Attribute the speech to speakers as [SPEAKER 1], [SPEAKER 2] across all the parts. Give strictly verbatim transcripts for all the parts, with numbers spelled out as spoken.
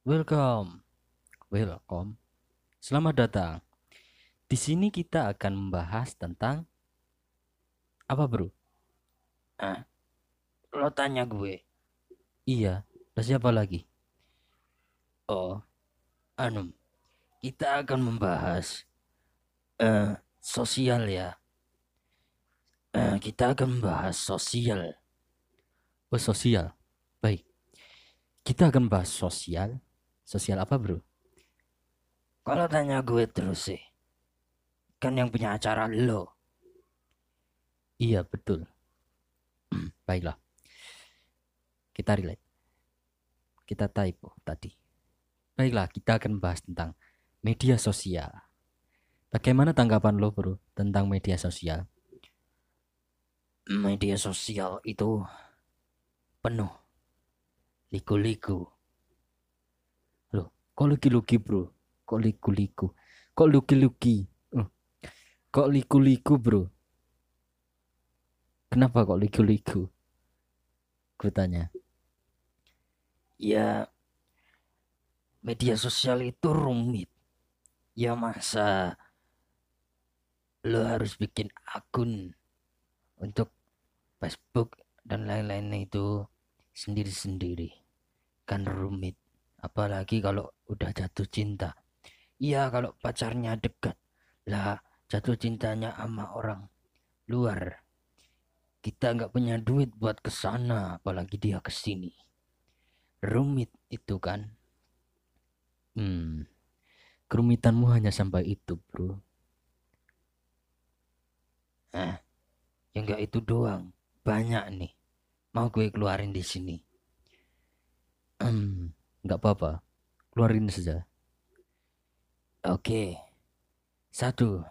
[SPEAKER 1] Welcome, welcome. Selamat datang. Di sini kita akan membahas tentang apa, bro?
[SPEAKER 2] Ah, lo tanya gue.
[SPEAKER 1] Iya, dan siapa lagi?
[SPEAKER 2] Oh, anu, kita akan membahas eh sosial ya. Eh, kita akan membahas sosial.
[SPEAKER 1] Oh, sosial. Baik, kita akan bahas sosial. Sosial apa, bro?
[SPEAKER 2] Kalau tanya gue terus sih, kan yang punya acara lo.
[SPEAKER 1] Iya, betul. Baiklah, kita relate. Kita typo tadi. Baiklah, kita akan bahas tentang media sosial. Bagaimana tanggapan lo, bro, tentang media sosial?
[SPEAKER 2] Media sosial itu penuh liku-liku.
[SPEAKER 1] Loh, kok luki-luki, bro? Kok liku-liku? Kok luki-luki? Oh, kok liku-liku, bro? Kenapa kok liku-liku? Gue tanya.
[SPEAKER 2] Ya, media sosial itu rumit. Ya masa lo harus bikin akun untuk Facebook dan lain-lainnya itu sendiri-sendiri. Kan rumit. Apalagi kalau udah jatuh cinta. Iya, kalau pacarnya dekat. Lah, jatuh cintanya sama orang luar. Kita nggak punya duit buat ke sana, apalagi dia ke sini. Rumit itu kan.
[SPEAKER 1] Hmm, kerumitanmu hanya sampai itu, bro.
[SPEAKER 2] Nah, ya nggak itu doang. Banyak nih. Mau gue keluarin di sini.
[SPEAKER 1] Hmm, nggak apa-apa. Keluarin saja.
[SPEAKER 2] Oke, satu.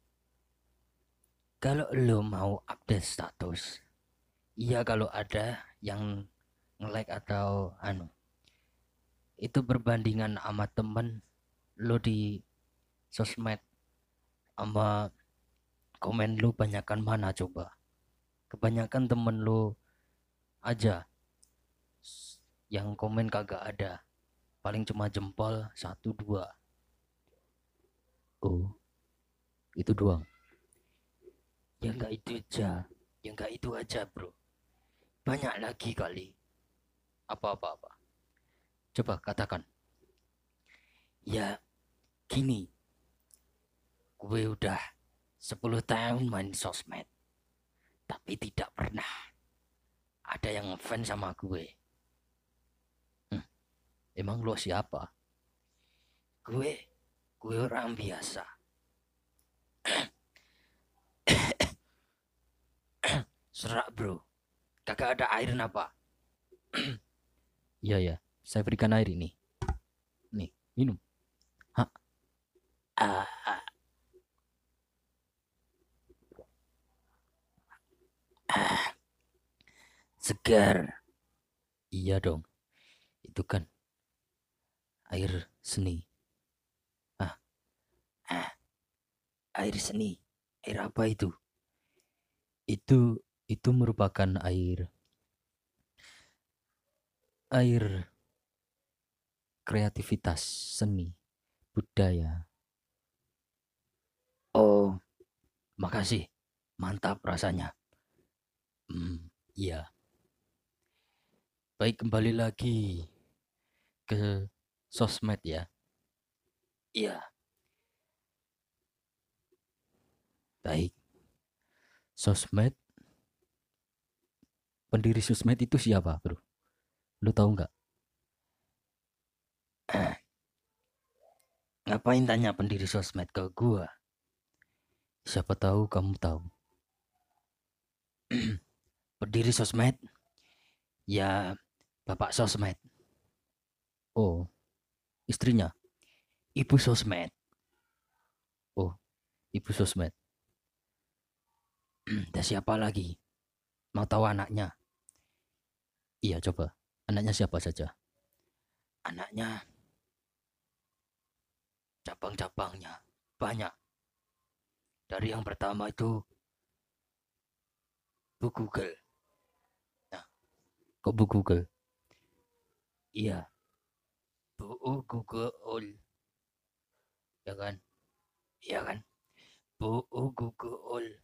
[SPEAKER 2] Kalau lo mau update status, iya kalau ada yang nge-like atau anu, itu berbandingan sama temen lo di sosmed sama komen lu banyakan mana coba? Kebanyakan temen lu aja yang komen kagak ada. Paling cuma jempol satu dua.
[SPEAKER 1] Oh, itu doang.
[SPEAKER 2] Ya enggak itu aja. Ya enggak itu aja bro. Banyak lagi kali.
[SPEAKER 1] Apa-apa-apa. Coba katakan.
[SPEAKER 2] Ya gini. Gue udah sepuluh tahun main sosmed. Tapi tidak pernah ada yang ngefans sama gue.
[SPEAKER 1] Hmm, emang lo siapa?
[SPEAKER 2] Gue, gue orang biasa. Serak bro. Kagak ada air apa?
[SPEAKER 1] Iya, ya. Saya berikan air ini. Nih, minum. Hah?
[SPEAKER 2] Ah, ah, ah, segar.
[SPEAKER 1] Iya dong. Itu kan air seni.
[SPEAKER 2] Ah, ah, air seni. Air apa itu?
[SPEAKER 1] Itu itu merupakan air air kreativitas seni budaya.
[SPEAKER 2] Oh, makasih. Mantap rasanya.
[SPEAKER 1] Hmm, iya. Baik, kembali lagi ke sosmed ya.
[SPEAKER 2] Iya,
[SPEAKER 1] Baik, sosmed. Pendiri sosmed itu siapa, bro? Lu tahu nggak?
[SPEAKER 2] ngapain tanya pendiri sosmed ke gua?
[SPEAKER 1] Siapa tahu kamu tahu.
[SPEAKER 2] Pendiri sosmed? Ya, bapak sosmed.
[SPEAKER 1] Oh, istrinya.
[SPEAKER 2] Ibu sosmed.
[SPEAKER 1] Oh, ibu sosmed.
[SPEAKER 2] Dan siapa lagi? Mau tahu anaknya?
[SPEAKER 1] Iya, coba. Anaknya siapa saja?
[SPEAKER 2] Anaknya, cabang-cabangnya. Banyak. Dari yang pertama itu, Bu Google. Nah,
[SPEAKER 1] Kok bu Google?
[SPEAKER 2] iya, Bu Google, ya kan? Ya kan? Bu Google,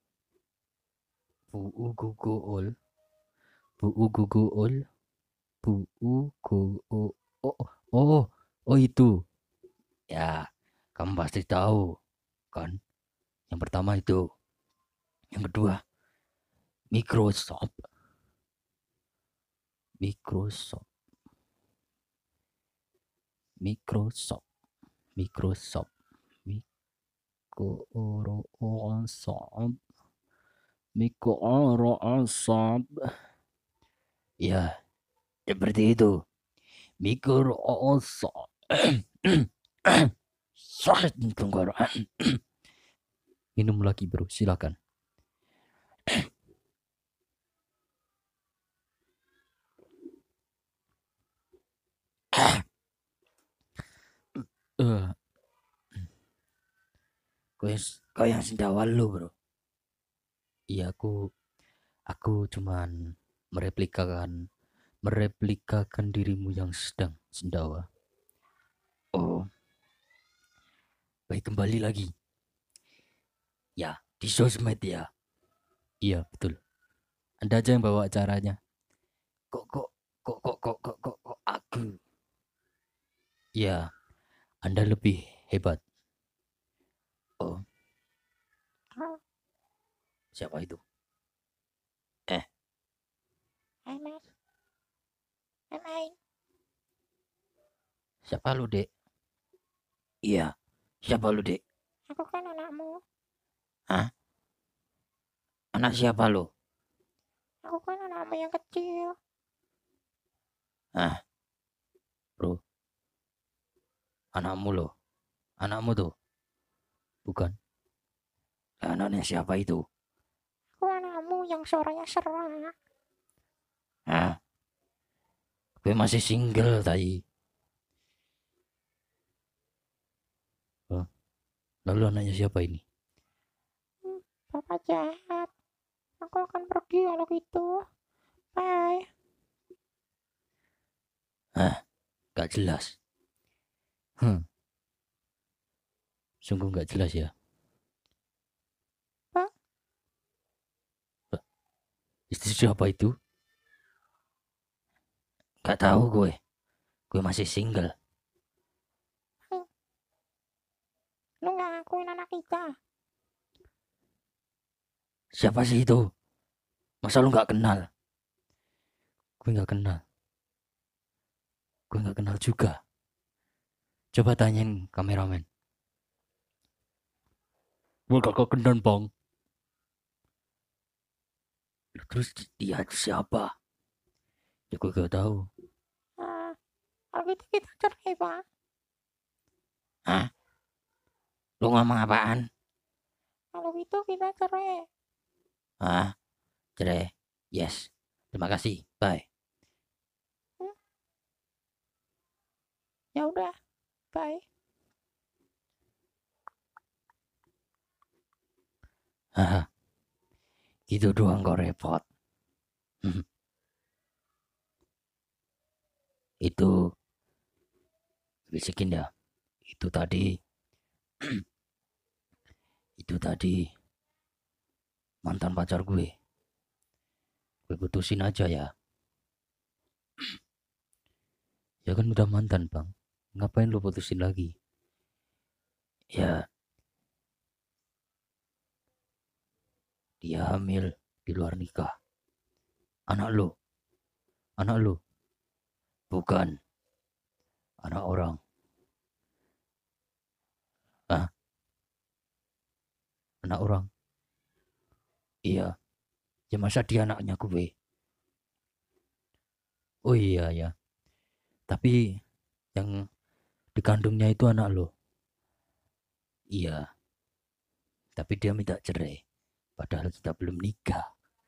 [SPEAKER 1] Bu Google. Bu Google. Bu Google. Oh, oh, oh itu.
[SPEAKER 2] ya kamu pasti tahu kan? Yang pertama itu, yang kedua Microsoft,
[SPEAKER 1] Microsoft. Microsoft. Microsoft. Microsoft. Microsoft.
[SPEAKER 2] ya seperti itu. Microsoft. Sakit tenggorokan.
[SPEAKER 1] Minum lagi bro, silakan. Eh,
[SPEAKER 2] Kau yang, kau yang sendawa lu bro.
[SPEAKER 1] iya aku aku cuman mereplikakan mereplikakan dirimu yang sedang sendawa.
[SPEAKER 2] Oh, baik, kembali lagi. Ya, di sosmed ya.
[SPEAKER 1] Iya betul. Anda aja yang bawa acaranya.
[SPEAKER 2] Kok kok kok kok kok kok kok, kok aku.
[SPEAKER 1] Iya, Anda lebih hebat.
[SPEAKER 2] Oh, siapa itu? Eh,
[SPEAKER 3] Hai mas, hai main.
[SPEAKER 2] siapa lu, Dek? Iya, siapa lu, Dek?
[SPEAKER 3] Aku kan anakmu.
[SPEAKER 2] Hah? Anak siapa lu?
[SPEAKER 3] Aku kan anakmu yang kecil.
[SPEAKER 2] Hah, bro? Anakmu lo? Anakmu tuh?
[SPEAKER 1] Bukan.
[SPEAKER 2] Anaknya siapa itu?
[SPEAKER 3] Aku anakmu yang suaranya serak.
[SPEAKER 2] Hah? Gue masih single tadi.
[SPEAKER 1] Lalu anaknya siapa ini?
[SPEAKER 3] Hmm, Bapak jahat. Aku akan pergi kalau gitu. Bye.
[SPEAKER 2] Hah? Gak jelas.
[SPEAKER 1] Hmm. Sungguh nggak jelas ya.
[SPEAKER 3] Bang?
[SPEAKER 1] Istri siapa itu?
[SPEAKER 2] Gak tahu gue. Gue masih single.
[SPEAKER 3] Lu gak ngakuin anak kita.
[SPEAKER 2] Siapa sih itu? Masa lu gak kenal?
[SPEAKER 1] Gue nggak kenal. Gue nggak kenal juga. Coba tanyain kameramen. Gue gak kenal bang.
[SPEAKER 2] Terus dia siapa?
[SPEAKER 1] Ya gue gak tahu.
[SPEAKER 3] Nah, kalau gitu kita cerai, Pak.
[SPEAKER 2] Hah? Lu ngomong apaan?
[SPEAKER 3] Kalau gitu kita cerai.
[SPEAKER 2] Hah? Cerai? Yes. Terima kasih. Bye.
[SPEAKER 3] Hmm? Ya udah, bye.
[SPEAKER 2] Haha. Gitu doang kok repot. Hmm. Itu bisikin ya. Itu tadi. Itu tadi mantan pacar gue. Gue putusin aja ya.
[SPEAKER 1] Ya kan udah mantan bang. Ngapain lu putusin lagi?
[SPEAKER 2] Ya, dia hamil di luar nikah. Anak lo?
[SPEAKER 1] Anak lu?
[SPEAKER 2] Bukan. Anak orang. Hah?
[SPEAKER 1] Anak orang?
[SPEAKER 2] Iya. Ya masa dia anaknya gue?
[SPEAKER 1] Oh iya ya. Tapi yang dikandungnya itu anak lu.
[SPEAKER 2] Iya. Tapi dia minta cerai. Padahal kita belum nikah.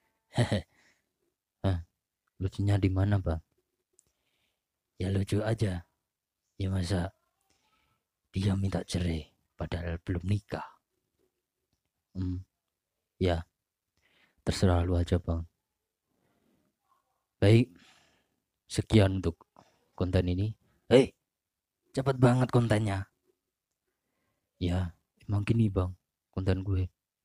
[SPEAKER 1] Hah? Lucunya di mana bang?
[SPEAKER 2] Ya lucu aja. Ya masa dia minta cerai. Padahal belum nikah.
[SPEAKER 1] Hmm. Ya. Terserah lu aja bang. Baik. Sekian untuk konten ini.
[SPEAKER 2] Hei, Cepet banget kontennya.
[SPEAKER 1] Ya, emang gini bang, konten gue.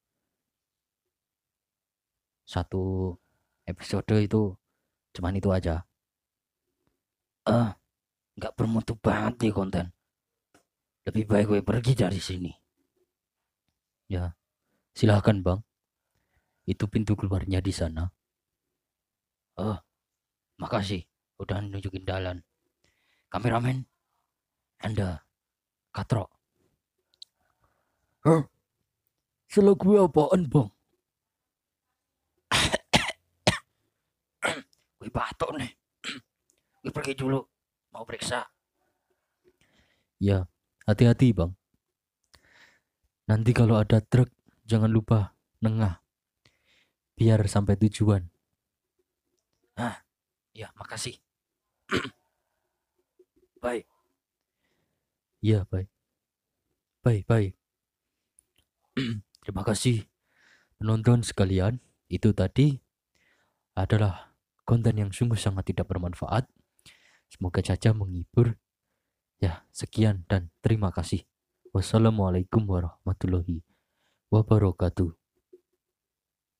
[SPEAKER 1] Satu episode itu cuman itu aja.
[SPEAKER 2] Eh, nggak bermutu banget nih konten. Lebih baik gue pergi dari sini.
[SPEAKER 1] Ya, silahkan bang. Itu pintu keluarnya di sana.
[SPEAKER 2] Oh, makasih udah nunjukin jalan. Kameramen, Anda katrok.
[SPEAKER 1] Hah? Salah gue apaan bang?
[SPEAKER 2] Gue batuk nih. Gue pergi dulu. Mau periksa.
[SPEAKER 1] Ya, hati-hati bang. Nanti kalau ada truk, jangan lupa nengah. Biar sampai tujuan.
[SPEAKER 2] Ah, ya makasih. Baik.
[SPEAKER 1] Iya, baik. Baik, baik. Terima kasih penonton sekalian. Itu tadi adalah konten yang sungguh sangat tidak bermanfaat. Semoga saja menghibur. Ya, sekian dan terima kasih. Wassalamualaikum warahmatullahi wabarakatuh.